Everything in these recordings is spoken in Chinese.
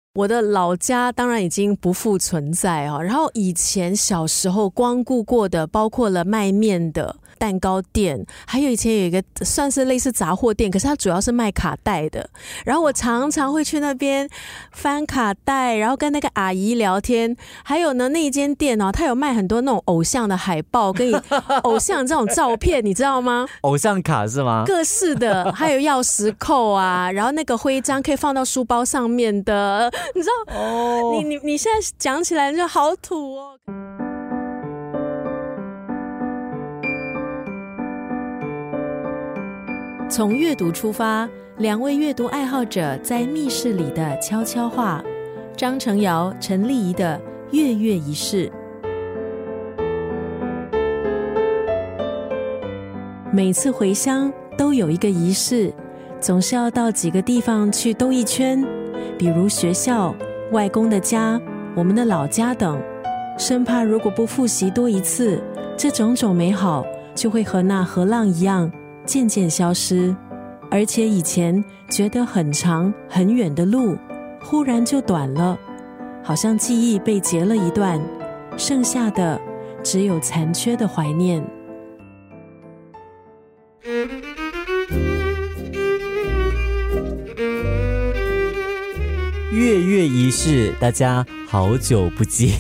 我的老家当然已经不复存在哦，然后以前小时候光顾过的包括了卖面的蛋糕店，还有以前有一个算是类似杂货店，可是它主要是卖卡带的，然后我常常会去那边翻卡带，然后跟那个阿姨聊天。还有呢，那一间店哦，它有卖很多那种偶像的海报跟偶像这种照片你知道吗？ 偶像卡是吗？ 各式的，还有钥匙扣啊，然后那个徽章可以放到书包上面的，你知道哦？你现在讲起来就好土哦。从阅读出发，两位阅读爱好者在密室里的悄悄话。张成尧、陈丽仪的月月仪式。每次回乡都有一个仪式，总是要到几个地方去兜一圈，比如学校、外公的家、我们的老家等，生怕如果不复习多一次，这种种美好就会和那河浪一样渐渐消失。而且以前觉得很长很远的路忽然就短了，好像记忆被截了一段，剩下的只有残缺的怀念。 月月仪式，大家好久不见。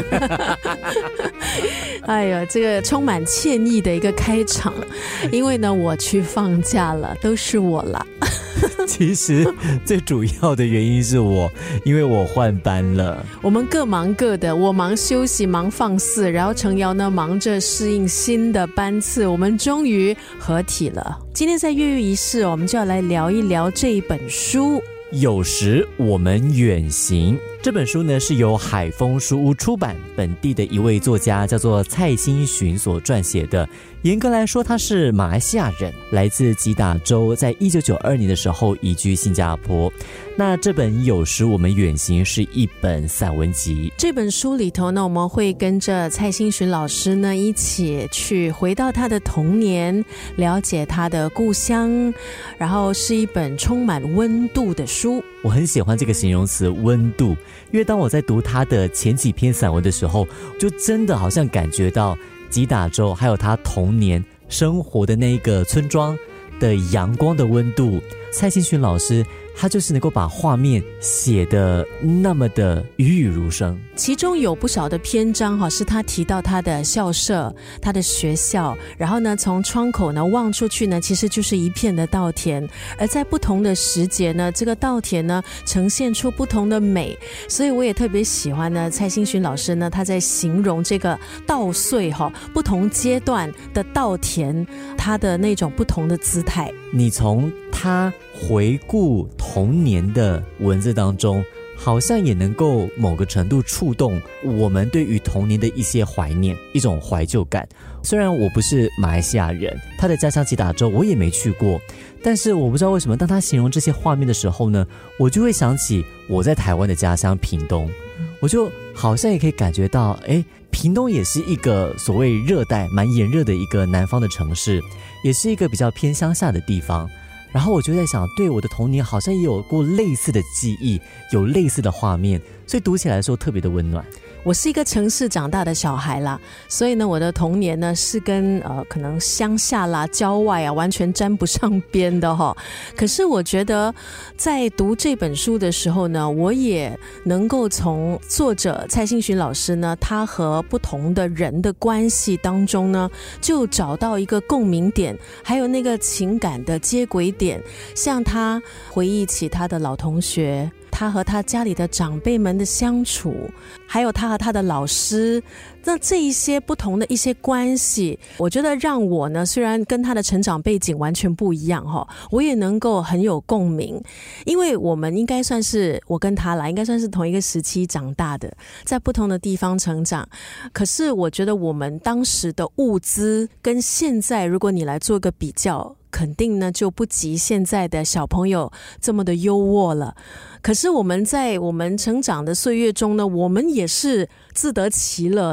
哎呀，这个充满歉意的一个开场，因为呢我去放假了，都是我啦。 其实最主要的原因是因为我换班了。 我们各忙各的，我忙休息忙放肆，然后程瑶呢忙着适应新的班次，我们终于合体了。今天在月月仪式，我们就要来聊一聊这一本书。 有时我们远行，这本书呢是由海丰书屋出版，本地的一位作家叫做蔡新寻所撰写的。严格来说他是马来西亚人，来自吉打州，在1992年的时候移居新加坡。那这本有时我们远行是一本散文集。 这本书里头呢，我们会跟着蔡新寻老师呢一起去回到他的童年，了解他的故乡，然后是一本充满温度的书。 我很喜欢这个形容词温度，因为当我在读他的前几篇散文的时候，就真的好像感觉到吉打州还有他童年生活的那一个村庄的阳光的温度。蔡新寻老师他就是能够把画面写得那么的栩栩如生。 其中有不少的篇章是他提到他的校舍、他的学校，然后呢从窗口呢望出去呢，其实就是一片的稻田，而在不同的时节呢，这个稻田呢呈现出不同的美。所以我也特别喜欢呢蔡新寻老师呢他在形容这个稻穗不同阶段的稻田，他的那种不同的姿态。 你从他回顾童年的文字当中，好像也能够某个程度触动我们对于童年的一些怀念，一种怀旧感。虽然我不是马来西亚人，他的家乡吉打州我也没去过，但是我不知道为什么当他形容这些画面的时候呢，我就会想起我在台湾的家乡屏东，我就好像也可以感觉到屏东也是一个所谓热带蛮炎热的一个南方的城市，也是一个比较偏乡下的地方。然后我就在想，对我的童年好像也有过类似的记忆，有类似的画面，所以读起来的时候特别的温暖。 我是一个城市长大的小孩啦，所以呢我的童年呢是跟可能乡下啦郊外完全沾不上边的可是我觉得在读这本书的时候呢，我也能够从作者蔡新寻老师呢他和不同的人的关系当中呢，就找到一个共鸣点，还有那个情感的接轨点。像他回忆起他的老同学，他和他家里的长辈们的相处，还有他和他的老师，那这一些不同的一些关系，我觉得让我呢虽然跟他的成长背景完全不一样我也能够很有共鸣。因为我们应该算是，我跟他啦应该算是同一个时期长大的，在不同的地方成长，可是我觉得我们当时的物资跟现在如果你来做个比较，肯定呢就不及现在的小朋友这么的优渥了。可是我们在我们成长的岁月中呢，我们也是自得其乐的。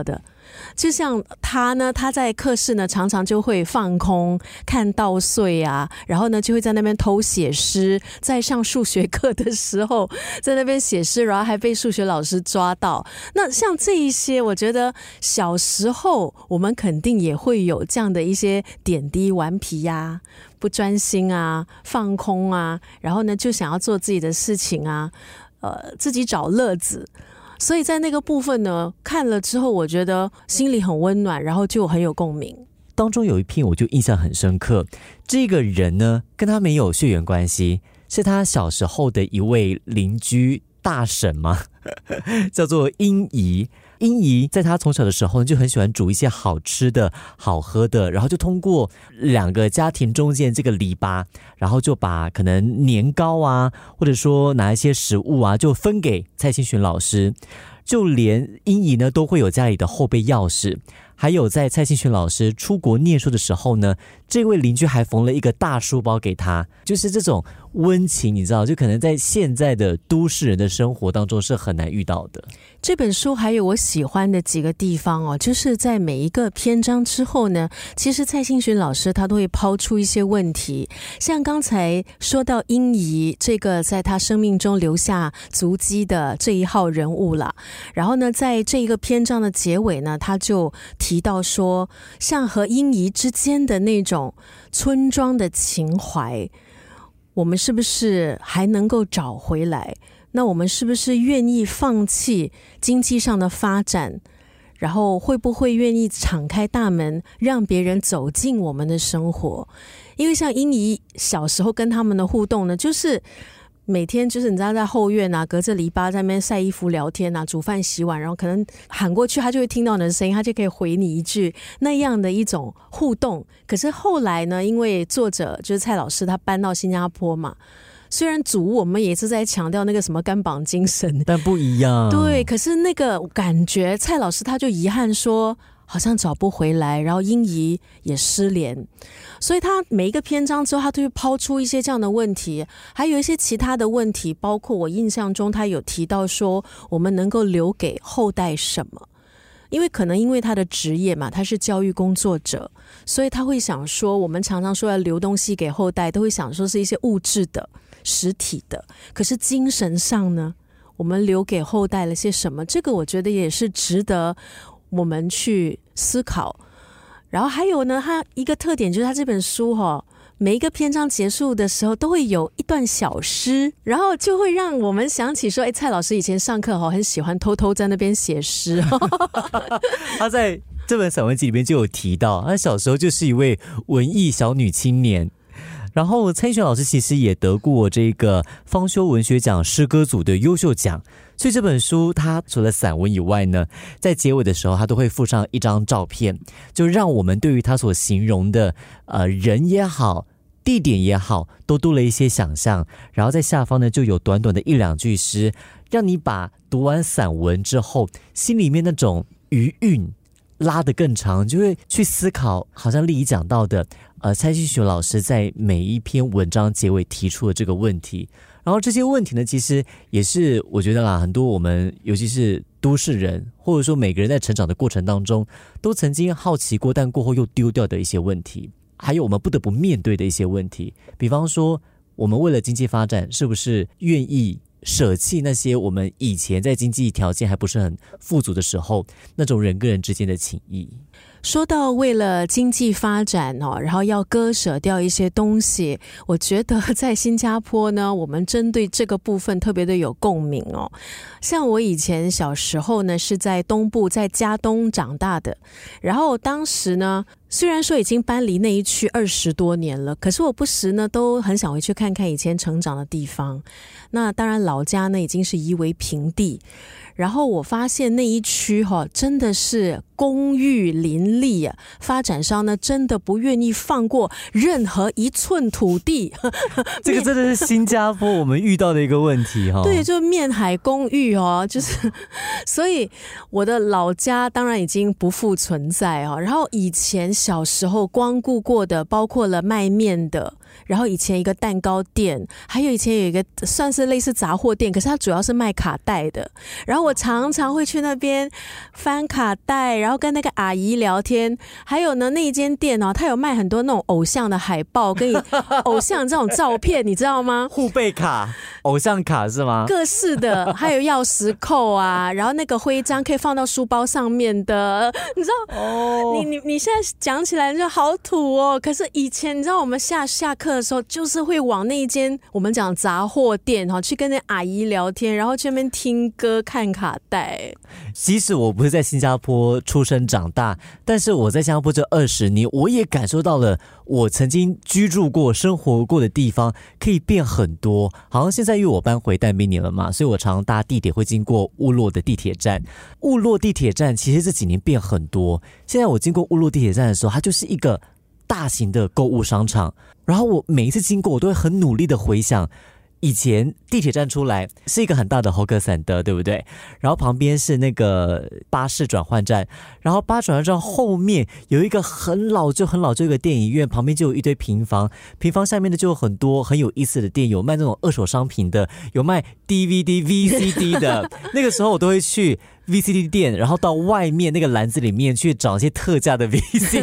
就像他呢，他在课室呢常常就会放空看稻穗啊，然后呢就会在那边偷写诗，在上数学课的时候在那边写诗，然后还被数学老师抓到。那像这一些，我觉得小时候我们肯定也会有这样的一些点滴，顽皮呀、不专心啊、放空啊，然后呢就想要做自己的事情啊，自己找乐子。所以在那个部分呢，看了之后我觉得心里很温暖，然后就很有共鸣。 当中有一篇我就印象很深刻，这个人呢跟他没有血缘关系，是他小时候的一位邻居大婶嘛，叫做英姨。英姨在她从小的时候就很喜欢煮一些好吃的好喝的，然后就通过2个家庭中间这个篱笆，然后就把可能年糕啊，或者说拿一些食物啊，就分给蔡清群老师。就连英姨呢都会有家里的后备钥匙，还有在蔡清群老师出国念书的时候呢，这位邻居还缝了一个大书包给他。就是这种温情，你知道，就可能在现在的都市人的生活当中是很难遇到的。 这本书还有我喜欢的几个地方哦，就是在每一个篇章之后呢，其实蔡清群老师他都会抛出一些问题，像刚才说到英姨这个在他生命中留下足迹的这一号人物啦。然后呢，在这一个篇章的结尾呢，他就提到说，像和英姨之间的那种村庄的情怀，我们是不是还能够找回来？那我们是不是愿意放弃经济上的发展，然后会不会愿意敞开大门，让别人走进我们的生活？因为像英姨小时候跟他们的互动呢，就是每天就是你知道在后院啊，隔着篱笆在那边晒衣服聊天啊，煮饭洗碗，然后可能喊过去他就会听到你的声音，他就可以回你一句，那样的一种互动。可是后来呢，因为作者就是蔡老师他搬到新加坡嘛，虽然祖我们也是在强调那个什么干绑精神， 但不一样。 对，可是那个感觉蔡老师他就遗憾说好像找不回来，然后英姨也失联，所以他每一个篇章之后他都会抛出一些这样的问题，还有一些其他的问题，包括我印象中他有提到说我们能够留给后代什么。因为可能因为他的职业嘛，他是教育工作者，所以他会想说，我们常常说要留东西给后代，都会想说是一些物质的实体的，可是精神上呢，我们留给后代了些什么？这个我觉得也是值得我们去思考。然后还有呢，它一个特点就是它这本书每一个篇章结束的时候都会有一段小诗，然后就会让我们想起说，蔡老师以前上课很喜欢偷偷在那边写诗。 他在这本散文集里面就有提到，他小时候就是一位文艺小女青年。然后蔡清群老师其实也得过这个方修文学奖诗歌组的优秀奖，所以这本书它除了散文以外呢，在结尾的时候它都会附上一张照片，就让我们对于他所形容的人也好地点也好都多了一些想象。然后在下方呢就有短短的1-2句诗，让你把读完散文之后心里面那种余韵拉得更长，就会去思考好像丽仪讲到的蔡清群老师在每一篇文章结尾提出的这个问题。然后这些问题呢，其实也是我觉得啦，很多我们尤其是都市人，或者说每个人在成长的过程当中都曾经好奇过，但过后又丢掉的一些问题，还有我们不得不面对的一些问题。比方说我们为了经济发展，是不是愿意舍弃那些我们以前在经济条件还不是很富足的时候那种人跟人之间的情谊。 说到为了经济发展然后要割舍掉一些东西，我觉得在新加坡呢，我们针对这个部分特别的有共鸣像我以前小时候呢是在东部，在嘉东长大的，然后当时呢虽然说已经搬离那一区20多年了，可是我不时呢都很想回去看看以前成长的地方。那当然老家呢已经是夷为平地，然后我发现那一区真的是公寓林立啊，发展商呢真的不愿意放过任何一寸土地。 这个真的是新加坡我们遇到的一个问题对，就是面海公寓就是所以我的老家当然已经不复存在然后以前小时候光顾过的，包括了卖面的， 然后以前一个蛋糕店，还有以前有一个算是类似杂货店，可是它主要是卖卡带的。然后我常常会去那边翻卡带，然后跟那个阿姨聊天。还有呢，那一间店哦，它有卖很多那种偶像的海报跟偶像这种照片，你知道吗？ 护贝卡、偶像卡是吗？ 各式的，还有钥匙扣啊，然后那个徽章可以放到书包上面的，你知道？哦，你现在讲起来就好土哦。可是以前你知道，我们下课的时候，就是会往那一间我们讲杂货店哈，去跟那阿姨聊天，然后去那边听歌、看卡带。 即使我不是在新加坡出生长大，但是我在新加坡这20年，我也感受到了我曾经居住过、生活过的地方可以变很多。好像现在因为我搬回淡滨了嘛，所以我常搭地铁会经过乌洛的地铁站。乌洛地铁站其实这几年变很多，现在我经过乌洛地铁站的时候，它就是一个大型的购物商场。然后我每一次经过，我都会很努力的回想，以前地铁站出来是一个很大的 Hawker Center， 对不对？然后旁边是那个巴士转换站，然后巴士转换站后面有一个很老旧一个电影院，旁边就有一堆平房，平房下面的就有很多很有意思的店，有卖那种二手商品的，有卖 DVD、VCD 的。那个时候我都会去VCD 店，然后到外面那个篮子里面去找一些特价的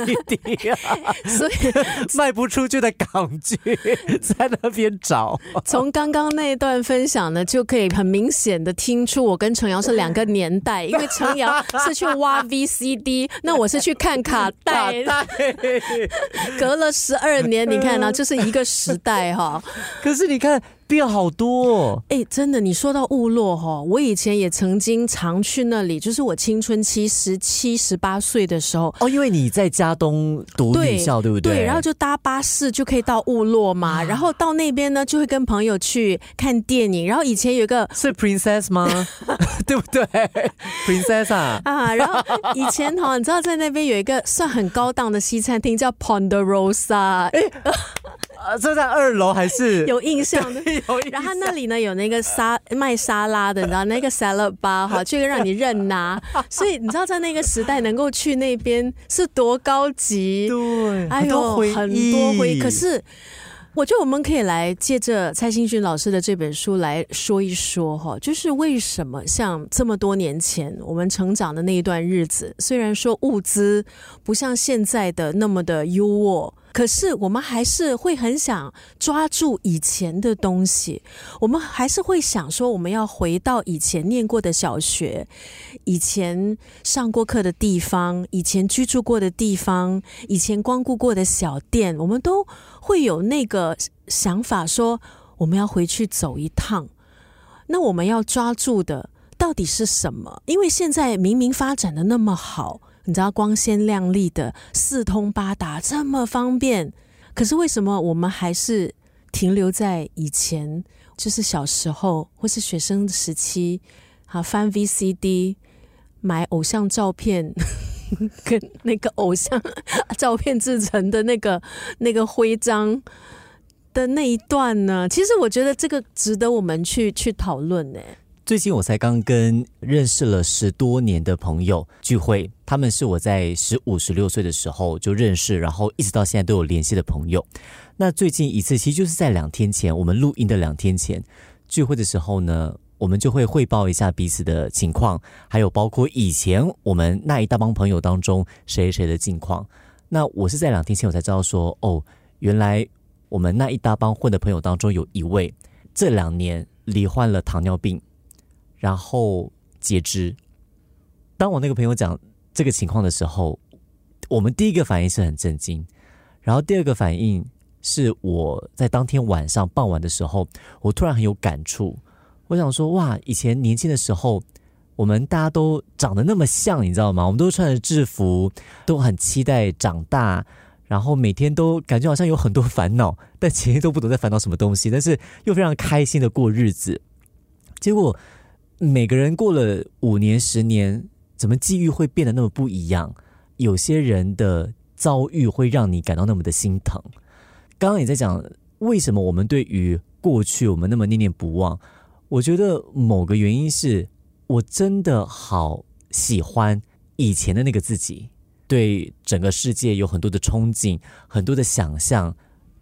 VCD 所以卖不出去的港剧在那边找。 从刚刚那一段分享呢，就可以很明显的听出我跟程瑶是两个年代，因为程瑶是去挖 VCD， 那我是去看卡带，隔了12年，你看呢，就是一个时代哈。 可是你看变好多哦。 真的，你说到乌洛哈，我以前也曾经常去那里，就是我青春期17、18岁的时候。 哦，因为你在嘉东读女校，对不对？ 对，然后就搭巴士就可以到乌洛嘛，然后到那边呢就会跟朋友去看电影，然后以前有一个是 Princess 吗？对不对 ？Princess 啊， 然后以前你知道在那边有一个算很高档的西餐厅叫 Ponderosa。 这在2楼还是有印象的？然后那里呢有那个卖沙拉的，你知道那个 salad bar 哈，就让你任拿。所以你知道在那个时代能够去那边是多高级？ 对， 哎呦，很多回忆。可是我觉得我们可以来借着蔡幸勋老师的这本书来说一说哈，就是为什么像这么多年前我们成长的那一段日子，虽然说物资不像现在的那么的优渥，可是我们还是会很想抓住以前的东西，我们还是会想说我们要回到以前念过的小学，以前上过课的地方，以前居住过的地方，以前光顾过的小店，我们都会有那个想法说我们要回去走一趟。那我们要抓住的到底是什么？因为现在明明发展的那么好，你知道光鲜亮丽的四通八达这么方便，可是为什么我们还是停留在以前，就是小时候或是学生时期翻 VCD 买偶像照片跟那个偶像照片制成的那个徽章的那一段呢？其实我觉得这个值得我们去讨论呢。 最近我才刚跟认识了10多年的朋友聚会，他们是我在15、16岁的时候就认识，然后一直到现在都有联系的朋友。那最近一次其实就是在2天前，我们录音的2天前聚会的时候呢，我们就会汇报一下彼此的情况，还有包括以前我们那一大帮朋友当中谁的近况。那我是在2天前我才知道说，原来我们那一大帮混的朋友当中有一位这2年罹患了糖尿病，然后截肢。当我那个朋友讲这个情况的时候，我们第一个反应是很震惊，然后第二个反应是我在当天晚上傍晚的时候，我突然很有感触。我想说，哇，以前年轻的时候我们大家都长得那么像，你知道吗？我们都穿着制服，都很期待长大，然后每天都感觉好像有很多烦恼，但其实都不懂在烦恼什么东西，但是又非常开心的过日子。结果每个人过了5年10年，怎么际遇会变得那么不一样？有些人的遭遇会让你感到那么的心疼。刚刚也在讲为什么我们对于过去我们那么念念不忘，我觉得某个原因是我真的好喜欢以前的那个自己，对整个世界有很多的憧憬，很多的想象，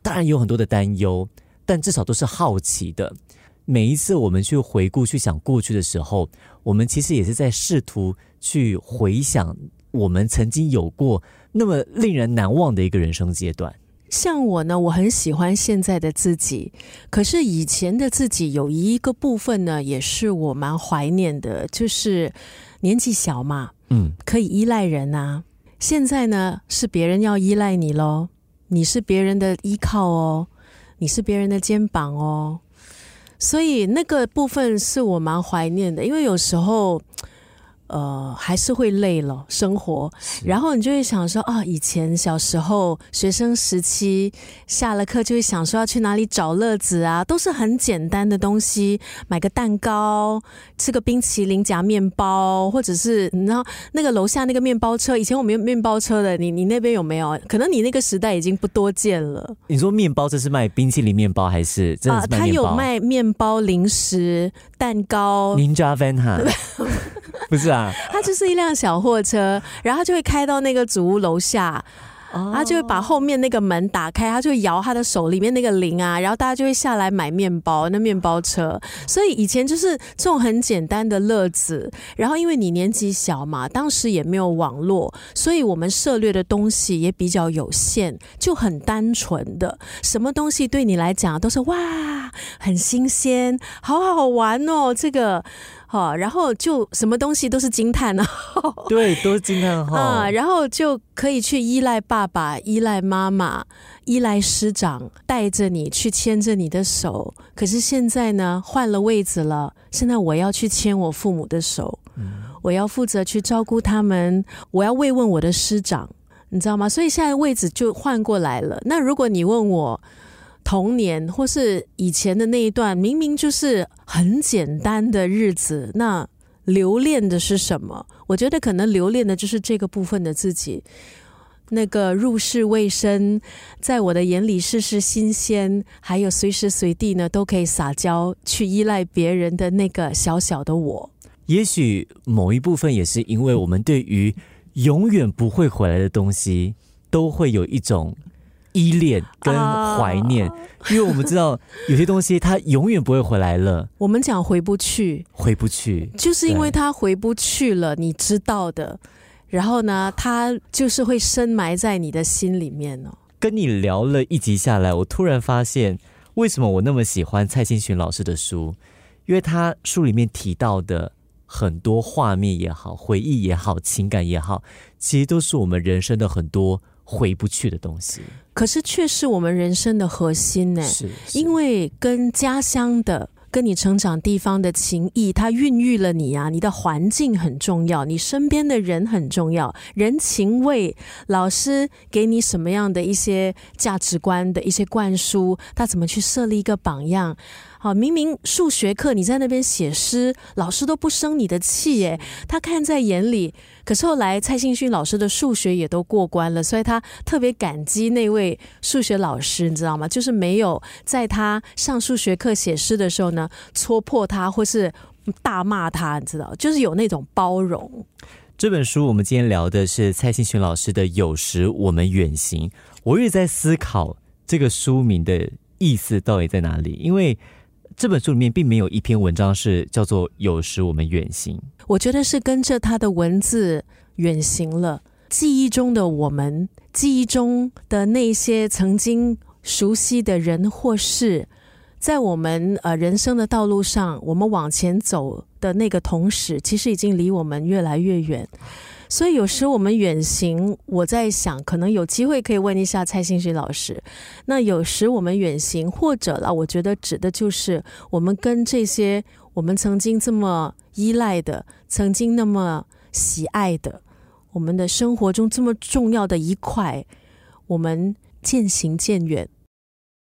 当然有很多的担忧，但至少都是好奇的。每一次我们去回顾去想过去的时候，我们其实也是在试图去回想我们曾经有过那么令人难忘的一个人生阶段。 像我呢，我很喜欢现在的自己，可是以前的自己有一个部分呢，也是我蛮怀念的，就是年纪小嘛，可以依赖人啊。现在呢，是别人要依赖你咯，你是别人的依靠哦，你是别人的肩膀哦。所以那个部分是我蛮怀念的，因为有时候还是会累了生活，然后你就会想说啊，以前小时候学生时期下了课就会想说要去哪里找乐子啊，都是很简单的东西，买个蛋糕，吃个冰淇淋夹面包，或者是你知道那个楼下那个面包车，以前我们有面包车的，你那边有没有？可能你那个时代已经不多见了。 你说面包这是卖冰淇淋面包还是真的是卖面包？ 他有卖面包、零食、蛋糕。 Ninja Van 哈不是啊， 它就是一辆小货车，然后他就会开到那个祖屋楼下，他就会把后面那个门打开，他就会摇他的手里面那个铃啊，然后大家就会下来买面包，那面包车。所以以前就是这种很简单的乐子，然后因为你年纪小嘛，当时也没有网络，所以我们涉猎的东西也比较有限，就很单纯的，什么东西对你来讲都是哇很新鲜，好好玩哦，这个然后就什么东西都是惊叹号， 对，都是惊叹号然后就可以去依赖爸爸、依赖妈妈、依赖师长，带着你去牵着你的手。可是现在呢，换了位子了，现在我要去牵我父母的手，我要负责去照顾他们，我要慰问我的师长，你知道吗？所以现在位子就换过来了。那如果你问我童年或是以前的那一段，明明就是很简单的日子，那留恋的是什么？我觉得可能留恋的就是这个部分的自己，那个入世未深，在我的眼里事事新鲜，还有随时随地呢都可以撒娇去依赖别人的那个小小的我。 也许某一部分也是因为我们对于永远不会回来的东西都会有一种依恋跟怀念，因为我们知道有些东西它永远不会回来了。 我们讲回不去， 回不去， 就是因为它回不去了，你知道的，然后呢，它就是会深埋在你的心里面哦。 跟你聊了一集下来，我突然发现为什么我那么喜欢蔡幸勋老师的书，因为他书里面提到的很多画面也好，回忆也好，情感也好，其实都是我们人生的很多回不去的东西， 可是却是我们人生的核心呢。 是因为跟家乡的跟你成长地方的情谊，它孕育了你啊，你的环境很重要，你身边的人很重要，人情味，老师给你什么样的一些价值观的一些灌输，他怎么去设立一个榜样。好，明明数学课你在那边写诗，老师都不生你的气耶，他看在眼里。可是后来蔡幸勋老师的数学也都过关了，所以他特别感激那位数学老师，你知道吗？就是没有在他上数学课写诗的时候呢戳破他或是大骂他，你知道，就是有那种包容。 这本书我们今天聊的是蔡幸勋老师的《有时我们远行》，我也在思考这个书名的意思到底在哪里，因为这本书里面并没有一篇文章是叫做有时我们远行， 我觉得是跟着他的文字远行了，记忆中的我们，记忆中的那些曾经熟悉的人或事，在我们人生的道路上，我们往前走的那个同时，其实已经离我们越来越远。所以有时我们远行，我在想可能有机会可以问一下蔡幸勋老师，那有时我们远行，或者啦，我觉得指的就是我们跟这些我们曾经这么依赖的，曾经那么喜爱的，我们的生活中这么重要的一块，我们渐行渐远，